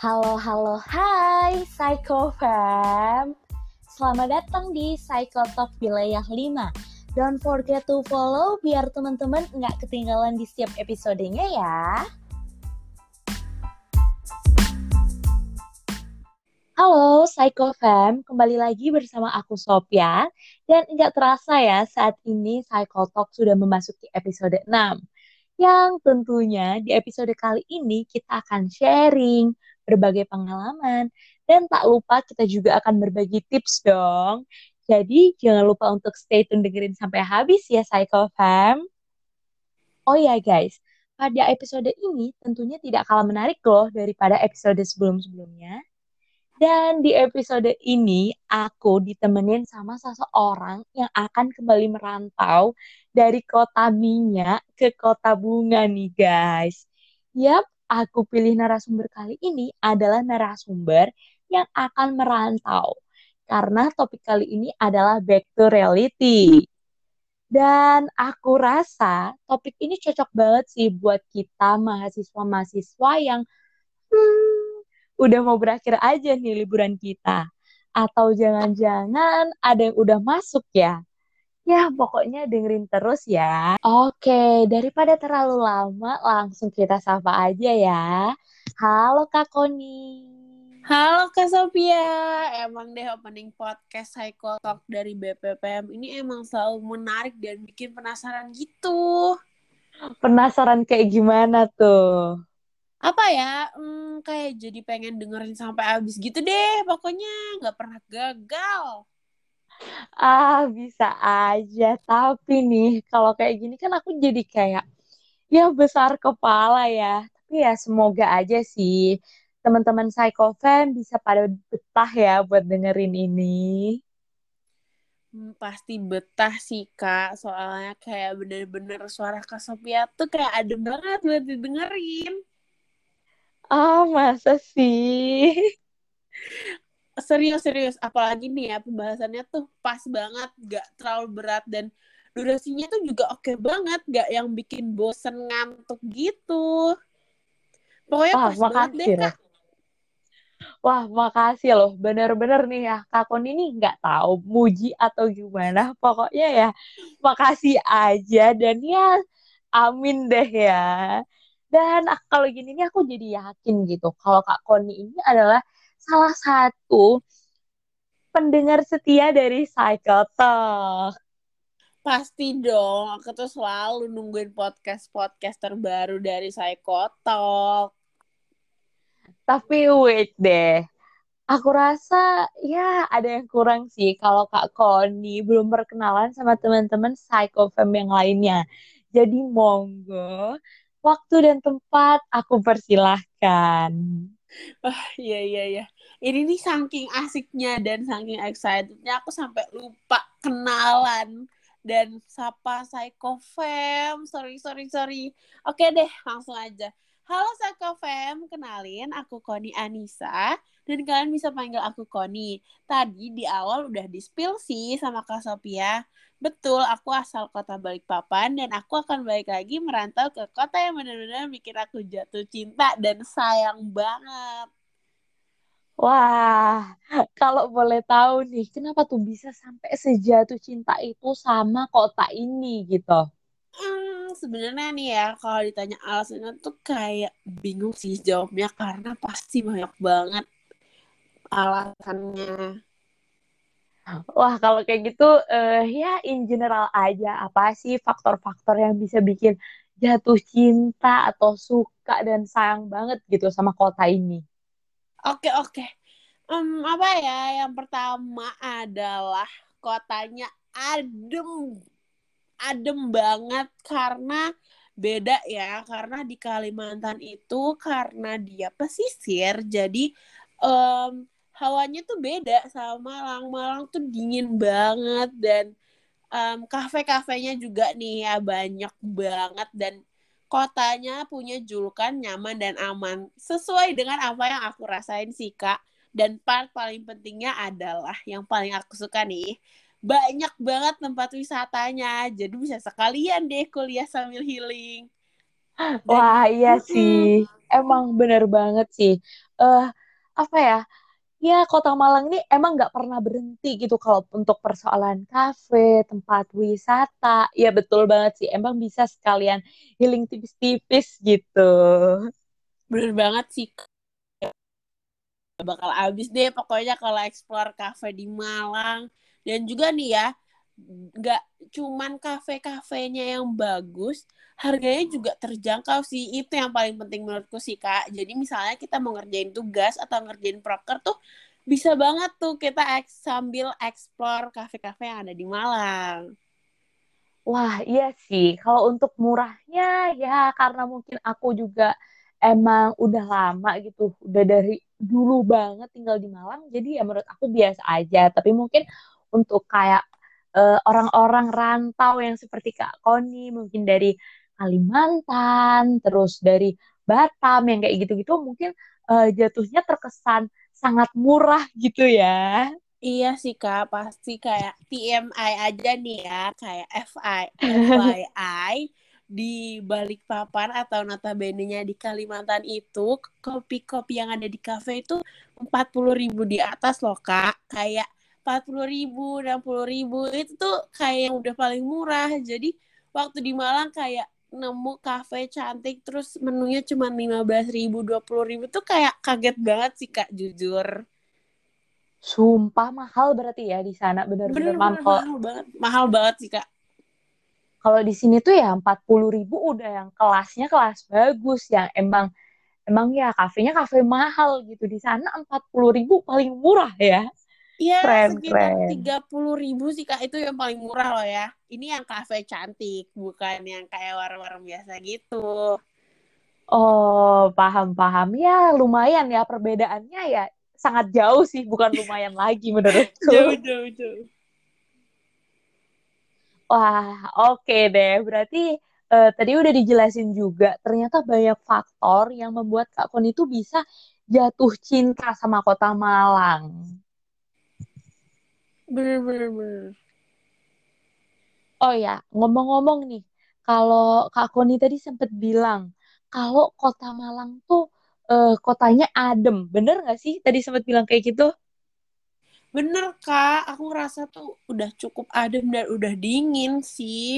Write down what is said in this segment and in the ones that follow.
Halo, hai Psycho Fam. Selamat datang di Psycho Talk Wilayah 5. Don't forget to follow biar teman-teman nggak ketinggalan di setiap episodenya ya. Halo Psycho Fam, kembali lagi bersama aku Sophia. Dan nggak terasa ya, saat ini Psycho Talk sudah memasuki episode 6. Yang tentunya di episode kali ini kita akan sharing berbagai pengalaman. Dan tak lupa kita juga akan berbagi tips dong. Jadi jangan lupa untuk stay tune dengerin sampai habis ya Psycho Fam. Oh ya guys, pada episode ini tentunya tidak kalah menarik loh daripada episode sebelum-sebelumnya. Dan di episode ini aku ditemenin sama seseorang yang akan kembali merantau dari kota minyak ke kota bunga nih guys. Yap, aku pilih narasumber kali ini adalah narasumber yang akan merantau. Karena topik kali ini adalah back to reality. Dan aku rasa topik ini cocok banget sih buat kita mahasiswa-mahasiswa yang udah mau berakhir aja nih liburan kita. Atau jangan-jangan ada yang udah masuk ya. Ya, pokoknya dengerin terus ya. Oke, daripada terlalu lama, langsung kita sapa aja ya. Halo Kak Koni. Halo Kak Sophia, emang deh opening podcast Psycho Talk dari BPPM ini emang selalu menarik dan bikin penasaran gitu. Penasaran kayak gimana tuh? Apa ya, kayak jadi pengen dengerin sampai habis gitu deh, pokoknya nggak pernah gagal. Bisa aja. Tapi nih, kalau kayak gini kan aku jadi kayak, ya besar kepala ya. Tapi ya semoga aja sih teman-teman Psychofan bisa pada betah ya buat dengerin ini. Pasti betah sih Kak, soalnya kayak bener-bener suara Kak Sophia tuh kayak adem banget buat didengerin. Masa sih? Serius, apalagi nih ya pembahasannya tuh pas banget, gak terlalu berat dan durasinya tuh juga oke banget, gak yang bikin bosen ngantuk gitu. Pokoknya Wah, pas banget deh makasih loh. Kak. Wah, makasih loh. Bener-bener nih ya, Kak Kon ini nggak tahu muji atau gimana. Pokoknya ya, makasih aja. Dan ya, amin deh ya. Dan kalau gini nih aku jadi yakin gitu. Kalau Kak Koni ini adalah salah satu pendengar setia dari Cycle Talk. Pasti dong, aku tuh selalu nungguin podcast-podcast terbaru dari Psychotalk. Tapi wait deh. Aku rasa ya ada yang kurang sih kalau Kak Koni belum berkenalan sama teman-teman Psychofem yang lainnya. Jadi monggo, waktu dan tempat aku persilahkan. Wah, iya. Ini nih saking asiknya dan saking excitednya aku sampai lupa kenalan dan sapa Psychofem. Sorry. Oke deh, langsung aja. Halo Psychofem, kenalin aku Koni Anissa dan kalian bisa panggil aku Koni. Tadi di awal udah di-spill sih sama Kak Sophia. Betul, aku asal kota Balikpapan dan aku akan balik lagi merantau ke kota yang benar-benar bikin aku jatuh cinta dan sayang banget. Wah, kalau boleh tahu nih, kenapa tuh bisa sampai sejatuh cinta itu sama kota ini gitu? Sebenarnya nih ya, kalau ditanya alasannya tuh kayak bingung sih jawabnya karena pasti banyak banget alasannya. Wah, kalau kayak gitu, ya in general aja, apa sih faktor-faktor yang bisa bikin jatuh cinta atau suka dan sayang banget gitu sama kota ini? Oke. Apa ya? Yang pertama adalah kotanya adem. Adem banget karena beda ya. Karena di Kalimantan itu karena dia pesisir, jadi em, hawanya tuh beda sama Malang. Malang tuh dingin banget dan kafe-kafenya juga nih ya banyak banget dan kotanya punya julukan nyaman dan aman sesuai dengan apa yang aku rasain sih Kak. Dan part paling pentingnya adalah yang paling aku suka nih, banyak banget tempat wisatanya, jadi bisa sekalian deh kuliah sambil healing. Dan Wah, iya sih. Emang bener banget sih. eh apa ya? Ya, Kota Malang ini emang nggak pernah berhenti gitu kalau untuk persoalan kafe, tempat wisata. Ya betul banget sih, emang bisa sekalian healing tipis-tipis gitu. Bener banget sih, bakal abis deh pokoknya kalau explore cafe di Malang. Dan juga nih ya, nggak cuman kafe-kafenya yang bagus, harganya juga terjangkau sih. Itu yang paling penting menurutku sih, Kak. Jadi misalnya kita mau ngerjain tugas atau ngerjain proker tuh bisa banget tuh kita sambil explore kafe-kafe yang ada di Malang. Wah, iya sih. Kalau untuk murahnya, ya karena mungkin aku juga emang udah lama gitu, udah dari dulu banget tinggal di Malang, jadi ya menurut aku biasa aja. Tapi mungkin untuk kayak orang-orang rantau yang seperti Kak Koni, mungkin dari Kalimantan, terus dari Batam, yang kayak gitu-gitu, mungkin jatuhnya terkesan sangat murah gitu ya. Iya sih Kak, pasti kayak TMI aja nih ya, kayak FYI di Balikpapan atau notabene-nya di Kalimantan itu kopi-kopi yang ada di kafe itu 40.000 di atas loh Kak. Kayak 40.000, 60.000 itu tuh kayak yang udah paling murah. Jadi waktu di Malang kayak nemu kafe cantik terus menunya cuma 15.000, 20.000 tuh kayak kaget banget sih Kak, jujur. Sumpah mahal berarti ya di sana bener-bener mahal. Bener-bener mahal banget sih kak. Kalau di sini tuh ya 40.000 udah yang kelasnya kelas bagus, yang emang emang ya kafenya kafe mahal gitu. Di sana 40.000 paling murah ya. Iya Keren sekitar keren. 30.000 sih kak, itu yang paling murah loh ya. Ini yang kafe cantik, bukan yang kayak warung-warung biasa gitu. Oh paham paham ya, lumayan ya perbedaannya ya sangat jauh sih, bukan lumayan lagi menurutku. Jauh jauh jauh. Wah, oke deh. Berarti tadi udah dijelasin juga, ternyata banyak faktor yang membuat Kak Kon itu bisa jatuh cinta sama Kota Malang. Bener. Oh ya, ngomong-ngomong nih, kalau Kak Koni tadi sempat bilang kalau Kota Malang tuh kotanya adem, bener nggak sih? Tadi sempat bilang kayak gitu. Bener kak, aku ngerasa tuh udah cukup adem dan udah dingin sih.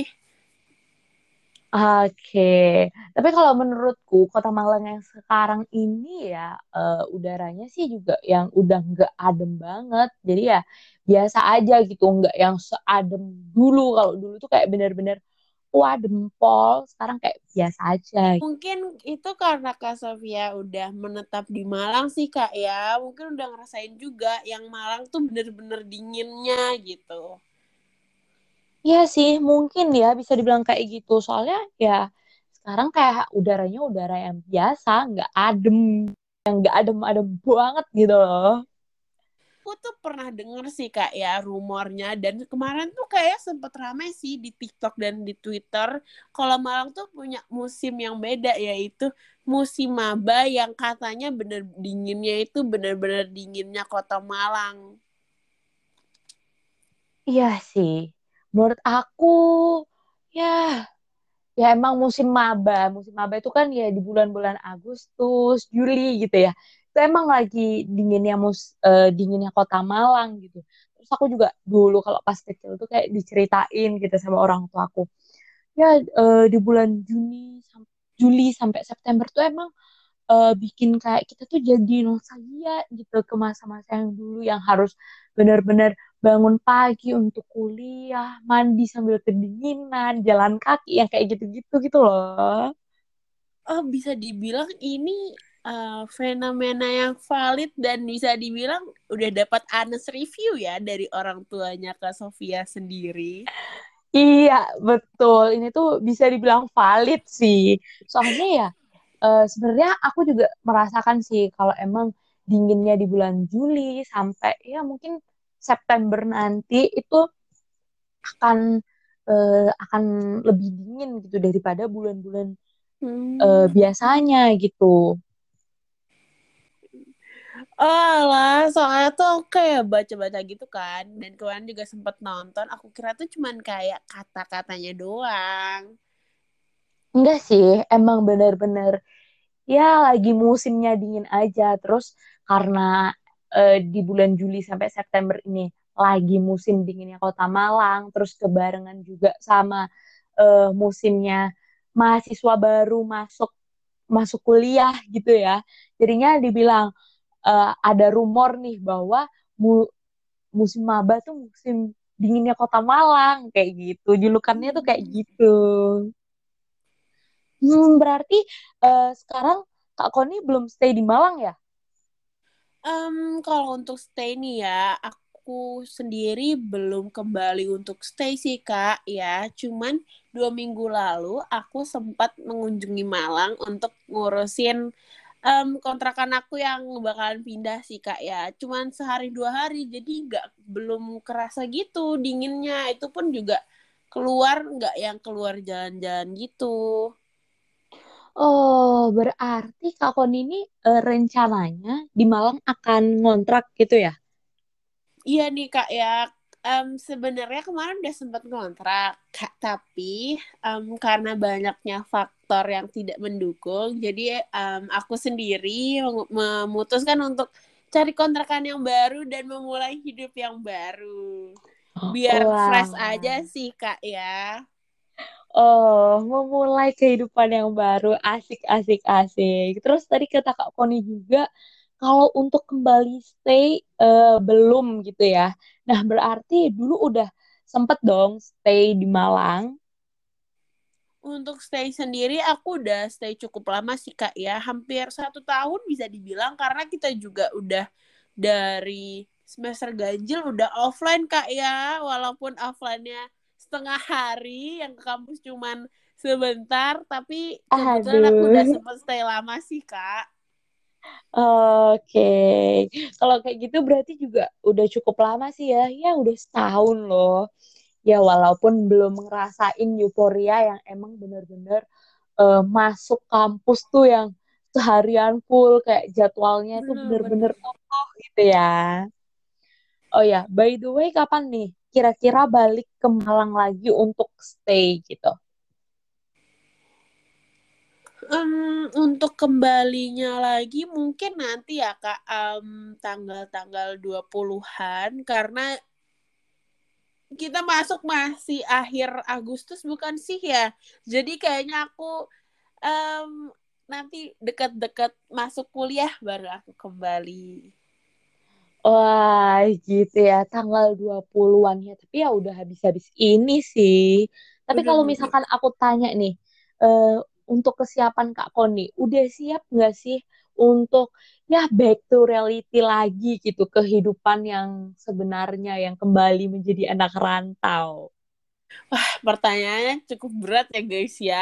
Oke, tapi kalau menurutku Kota Malang yang sekarang ini ya udaranya sih juga yang udah nggak adem banget. Jadi ya biasa aja gitu, nggak yang seadem dulu. Kalau dulu tuh kayak bener-bener wah dempol, sekarang kayak biasa aja. Mungkin itu karena Kak Sofia udah menetap di Malang sih Kak ya. Mungkin udah ngerasain juga yang Malang tuh bener-bener dinginnya gitu. Iya sih, mungkin ya bisa dibilang kayak gitu. Soalnya ya sekarang kayak udaranya udara yang biasa, nggak adem, yang nggak adem-adem banget gitu loh. Aku tuh pernah denger sih kak ya rumornya, dan kemarin tuh kayak sempet ramai sih di TikTok dan di Twitter kalau Malang tuh punya musim yang beda, yaitu musim maba yang katanya bener dinginnya itu bener-bener dinginnya kota Malang. Iya sih, menurut aku ya ya emang musim maba. Musim maba itu kan ya di bulan-bulan Agustus, Juli gitu ya. Itu emang lagi dinginnya kota Malang gitu. Terus aku juga dulu kalau pas kecil tuh kayak diceritain gitu sama orang tua aku. Ya di bulan Juli sampai September tuh emang bikin kayak kita tuh jadi nostalgia gitu ke masa-masa yang dulu yang harus benar-benar bangun pagi untuk kuliah, mandi sambil kedinginan, jalan kaki yang kayak gitu-gitu gitu loh. Oh, bisa dibilang ini fenomena yang valid dan bisa dibilang udah dapat honest review ya dari orang tuanya Kak Sofia sendiri. Iya, betul. Ini tuh bisa dibilang valid sih. Soalnya ya sebenarnya aku juga merasakan sih kalau emang dinginnya di bulan Juli sampai ya mungkin September nanti itu akan akan lebih dingin gitu daripada bulan-bulan Hmm. biasanya gitu. Oh lah, soalnya tuh aku kayak baca-baca gitu kan. Dan kemarin juga sempet nonton. Aku kira tuh cuman kayak kata-katanya doang. Enggak sih, emang bener-bener ya lagi musimnya dingin aja. Terus karena di bulan Juli sampai September ini lagi musim dinginnya Kota Malang, terus kebarengan juga sama musimnya mahasiswa baru masuk masuk kuliah gitu ya. Jadinya dibilang ada rumor nih bahwa mu- musim maba tuh musim dinginnya Kota Malang kayak gitu. Julukannya tuh kayak Hmm. gitu. Berarti sekarang Kak Koni belum stay di Malang ya? Kalau untuk stay nih ya, aku sendiri belum kembali untuk stay sih Kak ya. Cuman 2 minggu lalu aku sempat mengunjungi Malang untuk ngurusin kontrakan aku yang bakalan pindah sih Kak ya. Cuman sehari 2 hari, jadi nggak belum kerasa gitu dinginnya. Itu pun juga keluar nggak yang keluar jalan-jalan gitu. Oh, berarti Kak Koni ini rencananya di Malang akan ngontrak gitu ya? Iya nih Kak ya, sebenarnya kemarin udah sempat ngontrak, Kak, tapi karena banyaknya faktor yang tidak mendukung, jadi aku sendiri memutuskan untuk cari kontrakan yang baru dan memulai hidup yang baru. Biar Wah, fresh aja sih Kak ya. oh, memulai kehidupan yang baru, asik, asik, asik. Terus tadi kata Kak Koni juga, kalau untuk kembali stay belum gitu ya. Nah, berarti dulu udah sempet dong stay di Malang. Untuk stay sendiri aku udah stay cukup lama sih Kak ya. Hampir 1 tahun bisa dibilang karena kita juga udah dari semester ganjil udah offline Kak ya. Walaupun offline-nya setengah hari yang ke kampus cuman sebentar. Tapi kebetulan aku udah Aduh. sempet stay lama sih Kak. Oke, kalau kayak gitu berarti juga udah cukup lama sih ya. Ya udah setahun loh. Ya walaupun belum ngerasain euforia yang emang bener-bener masuk kampus tuh yang seharian full kayak jadwalnya tuh bener-bener Bener-bener. kokoh gitu ya. Oh ya, by the way kapan nih kira-kira balik ke Malang lagi untuk stay gitu? Untuk kembalinya lagi mungkin nanti ya Kak, tanggal-tanggal 20-an karena kita masuk masih akhir Agustus bukan sih ya? Jadi kayaknya aku em, nanti dekat-dekat masuk kuliah baru aku kembali. Wah, gitu ya, tanggal 20-an ya. Tapi ya udah habis-habis ini sih. Tapi kalau Bener-bener. misalkan aku tanya nih, eh, untuk kesiapan Kak Koni, udah siap nggak sih untuk ya back to reality lagi gitu, kehidupan yang sebenarnya yang kembali menjadi anak rantau? Pertanyaannya cukup berat ya guys ya.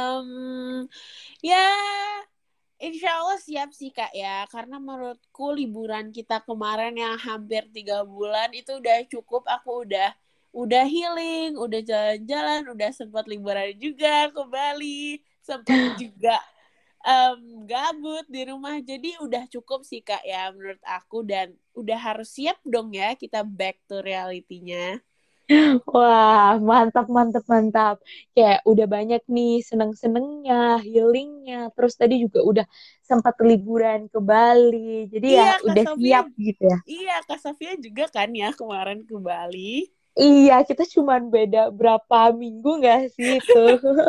Ya, insya Allah siap sih Kak ya. Karena menurutku liburan kita kemarin yang hampir 3 bulan itu udah cukup. Aku udah healing, udah jalan-jalan, udah sempat liburan juga ke Bali, sempat juga gabut di rumah. Jadi udah cukup sih Kak ya menurut aku dan udah harus siap dong ya kita back to reality-nya. Wah, mantap, mantap, mantap. Kayak udah banyak nih seneng-senengnya, healingnya. Terus tadi juga udah sempat liburan ke Bali. Jadi ya Iya Kak udah Sofia, siap gitu ya. iya Kak Sofia juga kan ya kemarin ke Bali. Iya, kita cuman beda berapa minggu nggak sih itu?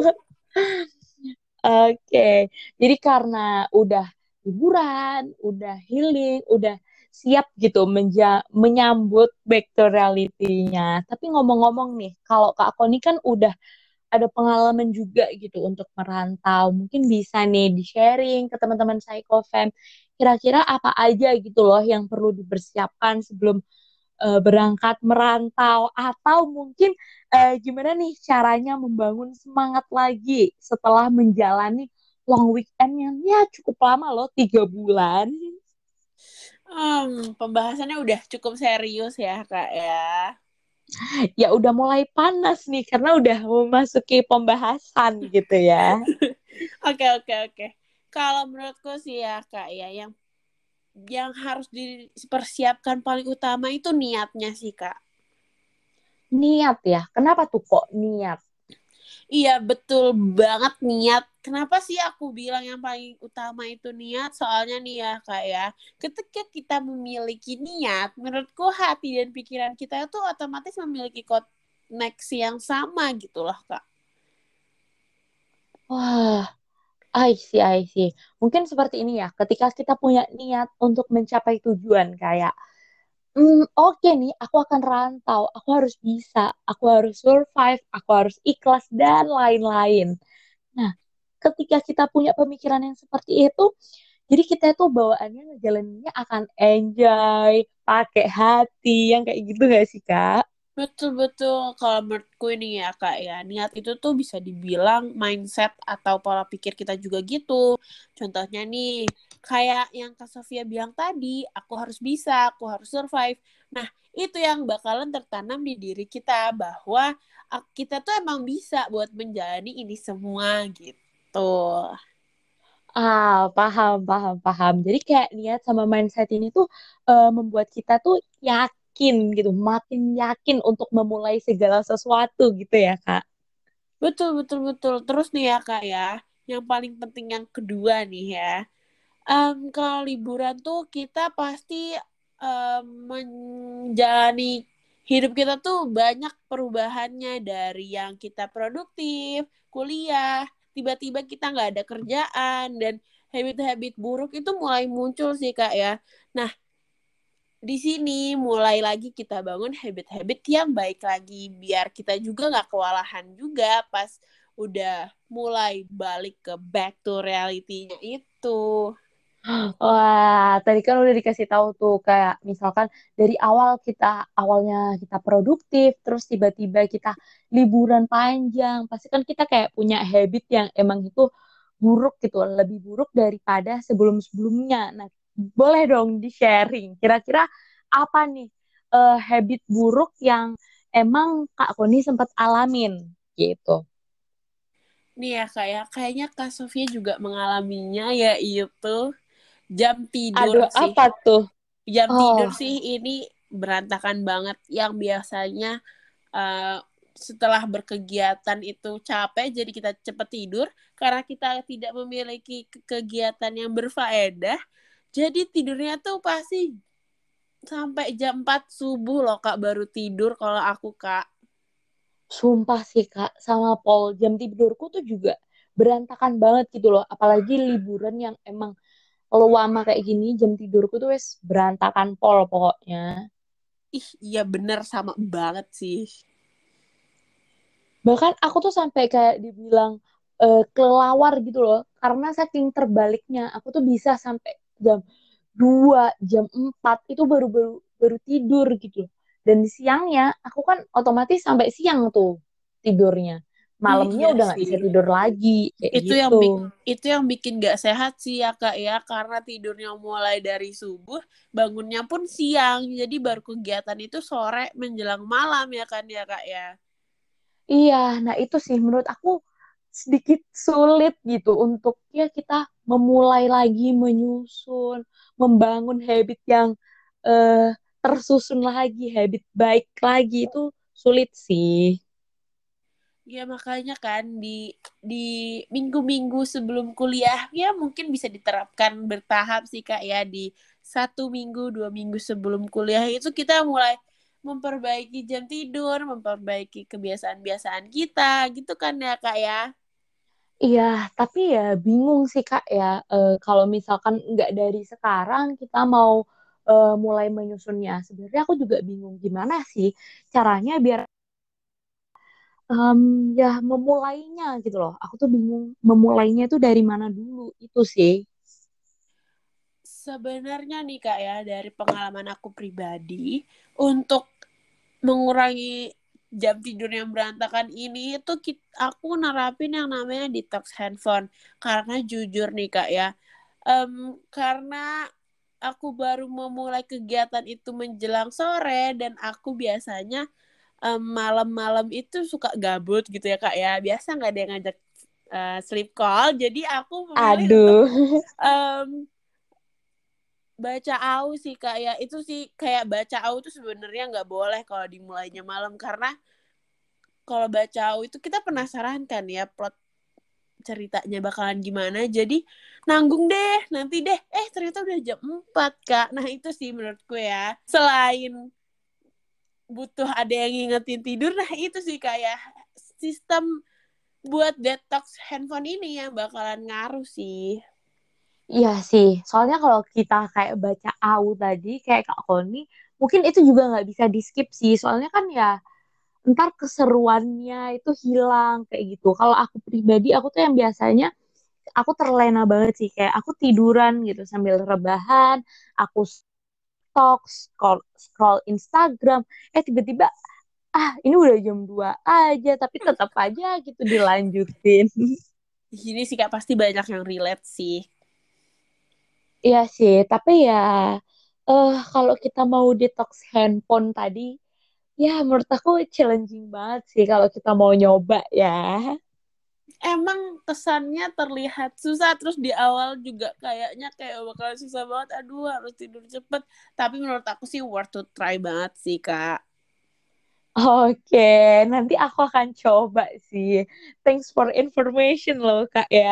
Oke, jadi karena udah liburan, udah healing, udah siap gitu menyambut back to reality-nya. Tapi ngomong-ngomong nih, kalau Kak Koni kan udah ada pengalaman juga gitu untuk merantau. Mungkin bisa nih di-sharing ke teman-teman Psychofam. Kira-kira apa aja gitu loh yang perlu dipersiapkan sebelum berangkat merantau atau mungkin gimana nih caranya membangun semangat lagi setelah menjalani long weekend yang ya cukup lama loh 3 bulan. Pembahasannya udah cukup serius ya Kak ya. Ya udah mulai panas nih karena udah memasuki pembahasan gitu ya. Oke oke oke. Kalau menurutku sih ya Kak ya, yang harus dipersiapkan paling utama itu niatnya sih Kak. Niat ya, kenapa tuh kok niat? Iya, betul banget niat. Kenapa sih aku bilang yang paling utama itu niat? Soalnya nih ya, Kak ya, ketika kita memiliki niat, menurutku hati dan pikiran kita itu otomatis memiliki koneksi yang sama gitu loh, Kak. Wah, I see. Mungkin seperti ini ya, ketika kita punya niat untuk mencapai tujuan kayak, oke nih, aku akan rantau, aku harus bisa, aku harus survive, aku harus ikhlas, dan lain-lain. Nah, ketika kita punya pemikiran yang seperti itu, jadi kita tuh bawaannya ngejalaninnya akan enjoy, pakai hati, yang kayak gitu gak sih, Kak? Betul-betul. Kalau menurutku ini ya Kak ya, niat itu tuh bisa dibilang mindset atau pola pikir kita juga gitu. Contohnya nih, kayak yang Kak Sofia bilang tadi, aku harus bisa, aku harus survive. Nah, itu yang bakalan tertanam di diri kita bahwa kita tuh emang bisa buat menjalani ini semua gitu. Paham. Jadi kayak niat sama mindset ini tuh membuat kita tuh yakin gitu, makin yakin untuk memulai segala sesuatu gitu ya, Kak. Betul, betul, betul. Terus nih ya Kak ya, yang paling penting yang kedua nih ya. Kalau liburan tuh kita pasti menjalani hidup kita tuh banyak perubahannya dari yang kita produktif, kuliah, tiba-tiba kita nggak ada kerjaan dan habit-habit buruk itu mulai muncul sih Kak ya. Nah, di sini mulai lagi kita bangun habit-habit yang baik lagi biar kita juga nggak kewalahan juga pas udah mulai balik ke back to reality-nya itu. Wah, tadi kan udah dikasih tahu tuh kayak misalkan dari awalnya kita produktif, terus tiba-tiba kita liburan panjang, pasti kan kita kayak punya habit yang emang itu buruk gitu, lebih buruk daripada sebelum-sebelumnya. Nah, boleh dong di-sharing. Kira-kira apa nih habit buruk yang emang Kak Koni sempat alamin gitu? Nih ya kayak kayaknya Kak Sofia juga mengalaminya ya itu jam tidur Aduh, sih. apa tuh? Jam Oh, tidur sih ini berantakan banget yang biasanya uh, setelah berkegiatan itu capek jadi kita cepet tidur karena kita tidak memiliki kegiatan yang berfaedah. Jadi tidurnya tuh pasti sampai jam 4 subuh loh Kak baru tidur kalau aku Kak. sumpah sih Kak, sama Pol, jam tidurku tuh juga berantakan banget gitu loh. Apalagi liburan yang emang lama kayak gini, jam tidurku tuh wes berantakan pol pokoknya. Ih, iya bener sama banget sih. Bahkan aku tuh sampai kayak dibilang kelelawar gitu loh. Karena saking terbaliknya, aku tuh bisa sampai jam 2 jam 4 itu baru tidur gitu. Dan di siangnya, aku kan otomatis sampai siang tuh tidurnya. Malamnya Iya udah nggak sih. bisa tidur lagi, kayak Itu yang gitu. itu yang bikin gak sehat sih ya Kak ya karena tidurnya mulai dari subuh, bangunnya pun siang. Jadi baru kegiatan itu sore menjelang malam ya kan ya Kak ya. Iya, nah itu sih menurut aku sedikit sulit gitu untuk ya kita memulai lagi menyusun, membangun habit yang eh, tersusun lagi, habit baik lagi itu sulit sih. Ya makanya kan di minggu-minggu sebelum kuliah ya mungkin bisa diterapkan bertahap sih Kak ya di 1 minggu 2 minggu sebelum kuliah itu kita mulai memperbaiki jam tidur, memperbaiki kebiasaan-kebiasaan kita gitu kan ya Kak ya. Iya, tapi ya bingung sih Kak ya, kalau misalkan nggak dari sekarang kita mau mulai menyusunnya. Sebenarnya aku juga bingung gimana sih caranya biar em, ya memulainya gitu loh. Aku tuh bingung memulainya itu dari mana dulu itu sih. Sebenarnya nih Kak ya, dari pengalaman aku pribadi, untuk mengurangi jam tidur yang berantakan ini itu aku nerapin yang namanya detox handphone. Karena jujur nih Kak ya, karena aku baru memulai kegiatan itu menjelang sore dan aku biasanya malam-malam itu suka gabut gitu ya Kak ya. Biasa nggak ada yang ngajak sleep call, jadi aku memilih untuk Aduh. um, baca au sih kak ya itu sih kayak baca au tuh sebenarnya nggak boleh kalau dimulainya malam karena kalau baca AU itu kita penasaran kan ya plot ceritanya bakalan gimana. Jadi nanggung deh, nanti deh. Ternyata udah jam 4, Kak. Nah, itu sih menurutku ya. Selain butuh ada yang ngingetin tidur, nah itu sih kayak sistem buat detox handphone ini yang bakalan ngaruh sih. Iya sih, soalnya kalau kita kayak baca AU tadi, kayak Kak Koni, mungkin itu juga nggak bisa di skip sih. Soalnya kan ya, ntar keseruannya itu hilang kayak gitu. Kalau aku pribadi, aku tuh yang biasanya, aku terlena banget sih. Kayak aku tiduran gitu sambil rebahan, aku stalk, scroll Instagram, tiba-tiba, ini udah jam 2 aja, tapi tetap aja gitu dilanjutin. Di sini sih Kak pasti banyak yang relate sih. Iya sih, tapi ya kalau kita mau detox handphone tadi, ya menurut aku challenging banget sih kalau kita mau nyoba ya. Emang kesannya terlihat susah, terus di awal juga kayaknya kayak bakal susah banget, aduh harus tidur cepet, tapi menurut aku sih worth to try banget sih Kak. Oke, nanti aku akan coba sih. Thanks for information loh, Kak ya.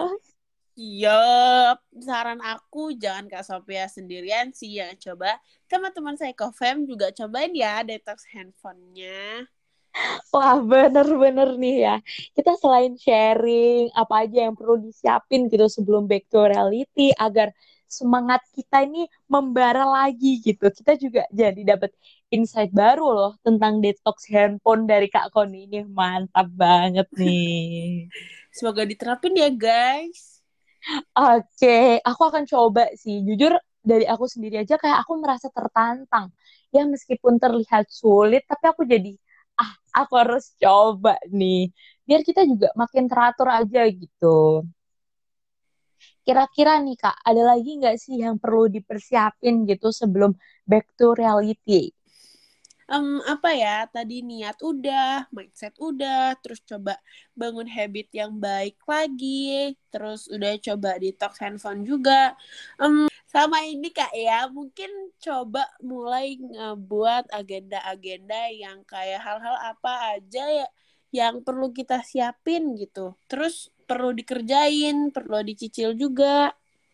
Yup, saran aku jangan Kak Sophia sendirian sih yang coba, teman-teman Psychofam juga cobain ya detox handphonenya. Wah, bener-bener nih ya. Kita selain sharing apa aja yang perlu disiapin gitu sebelum back to reality agar semangat kita ini membara lagi gitu. Kita juga jadi dapat insight baru loh tentang detox handphone dari Kak Koni ini. Mantap banget nih. Semoga diterapin ya guys. Oke, aku akan coba sih. Jujur dari aku sendiri aja kayak aku merasa tertantang. Ya meskipun terlihat sulit, tapi aku jadi, aku harus coba nih. Biar kita juga makin teratur aja gitu. Kira-kira nih Kak, ada lagi nggak sih yang perlu dipersiapin gitu sebelum back to reality? Apa ya, tadi niat udah, mindset udah, terus coba bangun habit yang baik lagi, terus udah coba detox handphone juga. Sama ini Kak ya, mungkin coba mulai ngebuat agenda-agenda yang kayak hal-hal apa aja ya yang perlu kita siapin gitu. Terus perlu dikerjain, perlu dicicil juga.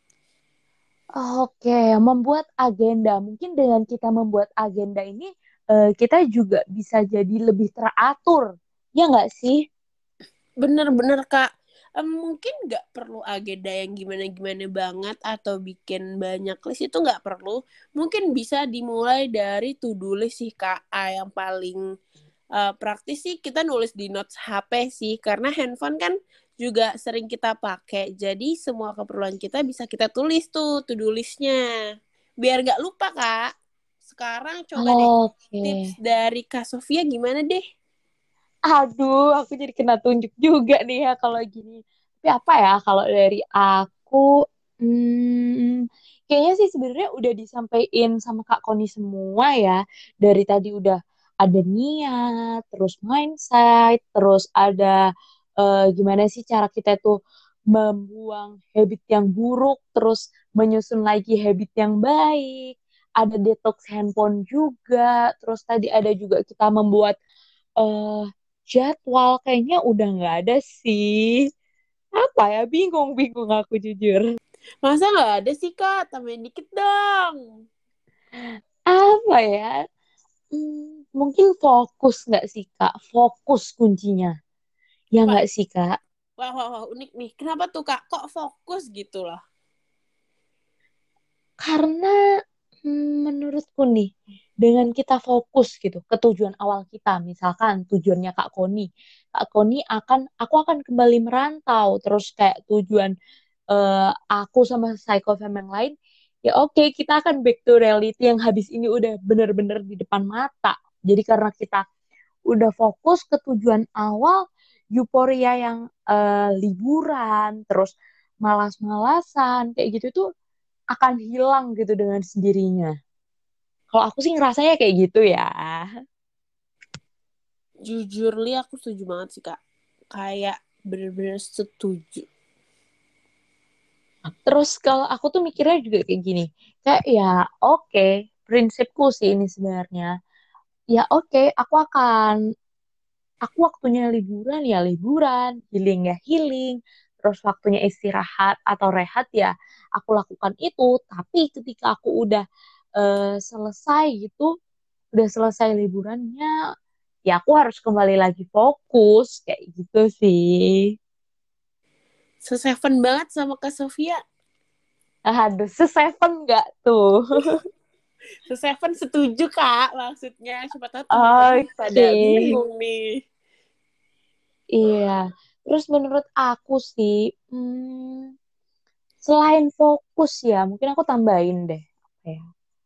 Oke, membuat agenda. Mungkin dengan kita membuat agenda ini, kita juga bisa jadi lebih teratur. Ya nggak sih? Bener-bener Kak. Mungkin nggak perlu agenda yang gimana-gimana banget atau bikin banyak list itu nggak perlu. Mungkin bisa dimulai dari to-do list sih Kak. Yang paling praktis sih kita nulis di notes HP sih. Karena handphone kan juga sering kita pakai. Jadi semua keperluan kita bisa kita tulis tuh to-do listnya. Biar nggak lupa Kak. Sekarang coba deh Oke. tips dari Kak Sofia gimana deh? Aduh, aku jadi kena tunjuk juga nih ya kalau gini. Tapi apa ya, kalau dari aku, kayaknya sih sebenarnya udah disampaikan sama Kak Koni semua ya. Dari tadi udah ada niat, terus mindset, terus ada gimana sih cara kita tuh membuang habit yang buruk, terus menyusun lagi habit yang baik. Ada detox handphone juga, terus tadi ada juga kita membuat eh jadwal kayaknya udah nggak ada sih. Apa ya? Bingung aku jujur. Masa nggak ada sih Kak? Tambahin dikit dong. Apa ya? Mungkin fokus nggak sih, Kak? Fokus kuncinya. Ya Wah, nggak sih, Kak? wah, unik nih. Kenapa tuh Kak? Kok fokus gitu loh? Karena menurutku nih, dengan kita fokus gitu ke tujuan awal kita, misalkan tujuannya Kak Koni aku akan kembali merantau, terus kayak tujuan aku sama Psychofam yang lain, ya oke, kita akan back to reality yang habis ini udah bener-bener di depan mata. Jadi karena kita udah fokus ke tujuan awal, euforia yang liburan, terus malas-malasan, kayak gitu tuh akan hilang gitu dengan sendirinya. Kalau aku sih ngerasanya kayak gitu ya. Jujur li aku setuju banget sih Kak. Kayak bener-bener setuju. Terus kalau aku tuh mikirnya juga kayak gini, kayak ya oke, prinsipku sih ini sebenarnya. Ya oke, aku akan aku waktunya liburan ya liburan, healing ya healing, terus waktunya istirahat atau rehat ya aku lakukan itu. Tapi ketika aku udah selesai gitu, udah selesai liburannya, ya aku harus kembali lagi fokus kayak gitu sih. Se-seven banget sama Kak Sofia. Aduh, se-seven nggak tuh? Se-seven setuju Kak, maksudnya. Siapa tahu teman-teman pada Oke, bingung nih. iya. Terus menurut aku sih, hmm, selain fokus ya, mungkin aku tambahin deh. Apa ya?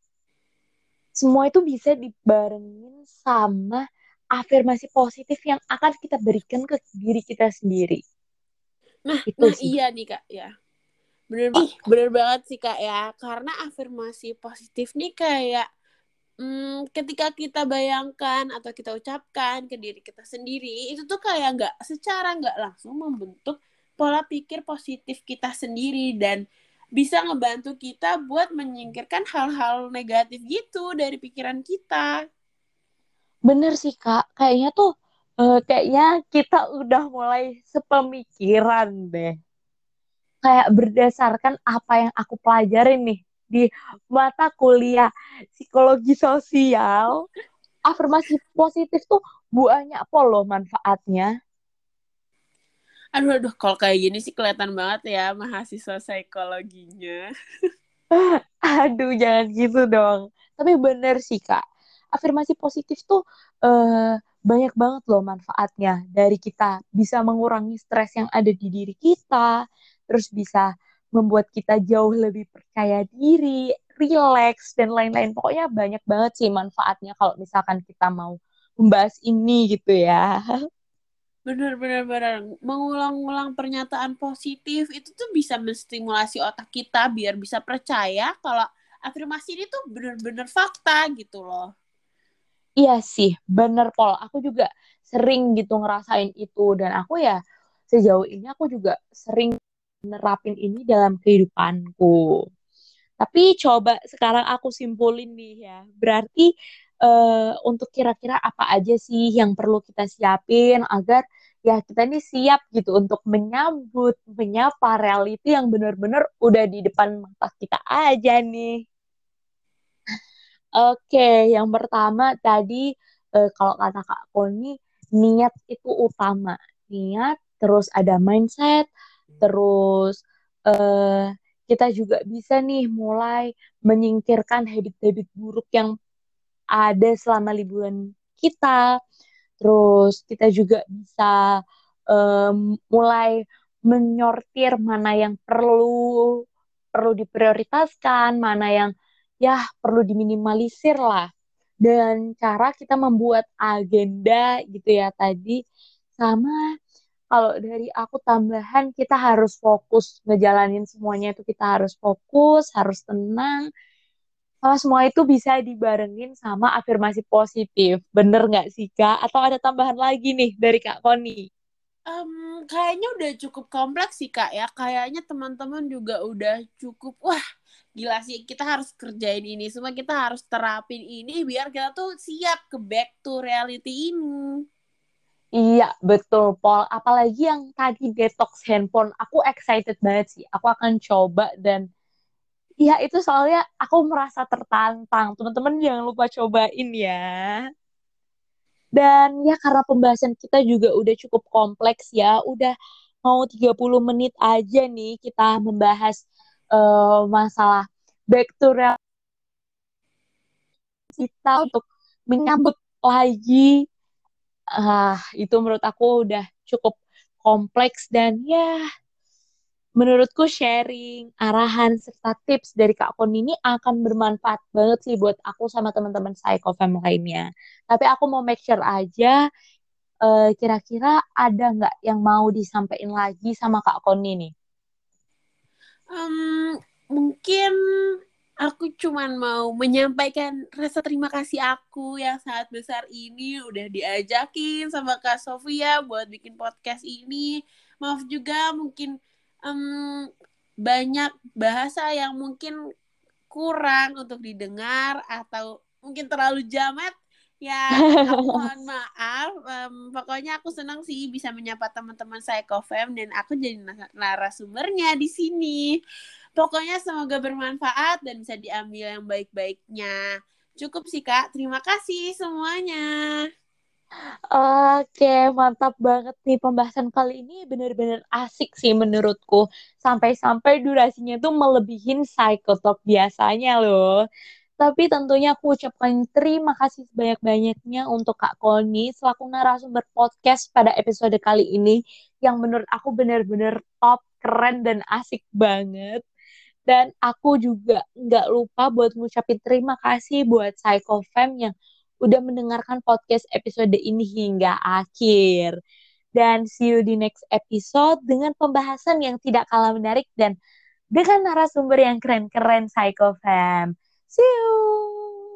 Semua itu bisa dibarengin sama afirmasi positif yang akan kita berikan ke diri kita sendiri. Nah, Itu sih. iya nih Kak ya. Bener banget sih Kak ya. Karena afirmasi positif nih kayak ketika kita bayangkan atau kita ucapkan ke diri kita sendiri, itu tuh kayak secara nggak langsung membentuk pola pikir positif kita sendiri dan bisa ngebantu kita buat menyingkirkan hal-hal negatif gitu dari pikiran kita. Bener sih Kak, kayaknya tuh kayaknya kita udah mulai sepemikiran deh. Kayak berdasarkan apa yang aku pelajarin nih di mata kuliah psikologi sosial, afirmasi positif tuh banyak apa loh manfaatnya. Aduh, aduh, kalau kayak gini sih kelihatan banget ya mahasiswa psikologinya. Aduh, jangan gitu dong. Tapi bener sih, Kak. Afirmasi positif tuh banyak banget loh manfaatnya. Dari kita bisa mengurangi stres yang ada di diri kita, terus bisa membuat kita jauh lebih percaya diri, relax, dan lain-lain. Pokoknya banyak banget sih manfaatnya kalau misalkan kita mau membahas ini gitu ya. Benar-benar mengulang-ulang pernyataan positif itu tuh bisa menstimulasi otak kita biar bisa percaya kalau afirmasi ini tuh benar-benar fakta gitu loh. Iya sih, bener Pol. Aku juga sering gitu ngerasain itu. Dan aku ya sejauh ini aku juga sering nerapin ini dalam kehidupanku. Tapi coba sekarang aku simpulin nih ya. Berarti untuk kira-kira apa aja sih yang perlu kita siapin agar ya kita ini siap gitu untuk menyambut, menyapa reality yang benar-benar udah di depan mata kita aja nih. Oke, yang pertama tadi kalau kata Kak Koni, niat itu utama. Niat, terus ada mindset, terus eh, kita juga bisa nih mulai menyingkirkan habit-habit buruk yang ada selama liburan kita. Terus kita juga bisa mulai menyortir mana yang perlu perlu diprioritaskan, mana yang ya perlu diminimalisir lah. Dan cara kita membuat agenda gitu ya tadi. Sama kalau dari aku tambahan kita harus fokus ngejalanin semuanya itu kita harus fokus, harus tenang. Sama semua itu bisa dibarengin sama afirmasi positif. Bener nggak sih Kak? Atau ada tambahan lagi nih dari Kak Koni? Kayaknya udah cukup kompleks sih Kak ya. Kayaknya teman-teman juga udah cukup, wah gila sih kita harus kerjain ini semua, kita harus terapin ini biar kita tuh siap ke back to reality ini. Iya, betul, Pol. Apalagi yang tadi detox handphone. Aku excited banget sih. Aku akan coba dan ya itu soalnya aku merasa tertantang. Teman-teman jangan lupa cobain ya. Dan ya karena pembahasan kita juga udah cukup kompleks ya. Udah mau 30 menit aja nih kita membahas masalah back to reality kita untuk menyambut lagi. Itu menurut aku udah cukup kompleks dan ya menurutku sharing, arahan, serta tips dari Kak Kon ini akan bermanfaat banget sih buat aku sama teman-teman Psychofam lainnya. Tapi aku mau make sure aja, kira-kira ada nggak yang mau disampaikan lagi sama Kak Kon ini? Mungkin aku cuman mau menyampaikan rasa terima kasih aku yang sangat besar ini udah diajakin sama Kak Sofia buat bikin podcast ini. Maaf juga mungkin banyak bahasa yang mungkin kurang untuk didengar atau mungkin terlalu jamet. Ya, aku mohon maaf. Pokoknya aku senang sih bisa menyapa teman-teman Psychofam dan aku jadi narasumbernya di sini. Pokoknya semoga bermanfaat dan bisa diambil yang baik-baiknya. Cukup sih Kak. Terima kasih semuanya. Oke, mantap banget nih pembahasan kali ini bener-bener asik sih menurutku. Sampai-sampai durasinya tuh melebihin Psychotalk biasanya loh. Tapi tentunya aku ucapkan terima kasih sebanyak-banyaknya untuk Kak Koni selaku narasumber podcast pada episode kali ini yang menurut aku bener-bener top, keren, dan asik banget. Dan aku juga nggak lupa buat ngucapin terima kasih buat Psychofam yang udah mendengarkan podcast episode ini hingga akhir. Dan see you di next episode dengan pembahasan yang tidak kalah menarik dan dengan narasumber yang keren-keren Psychofam. See you!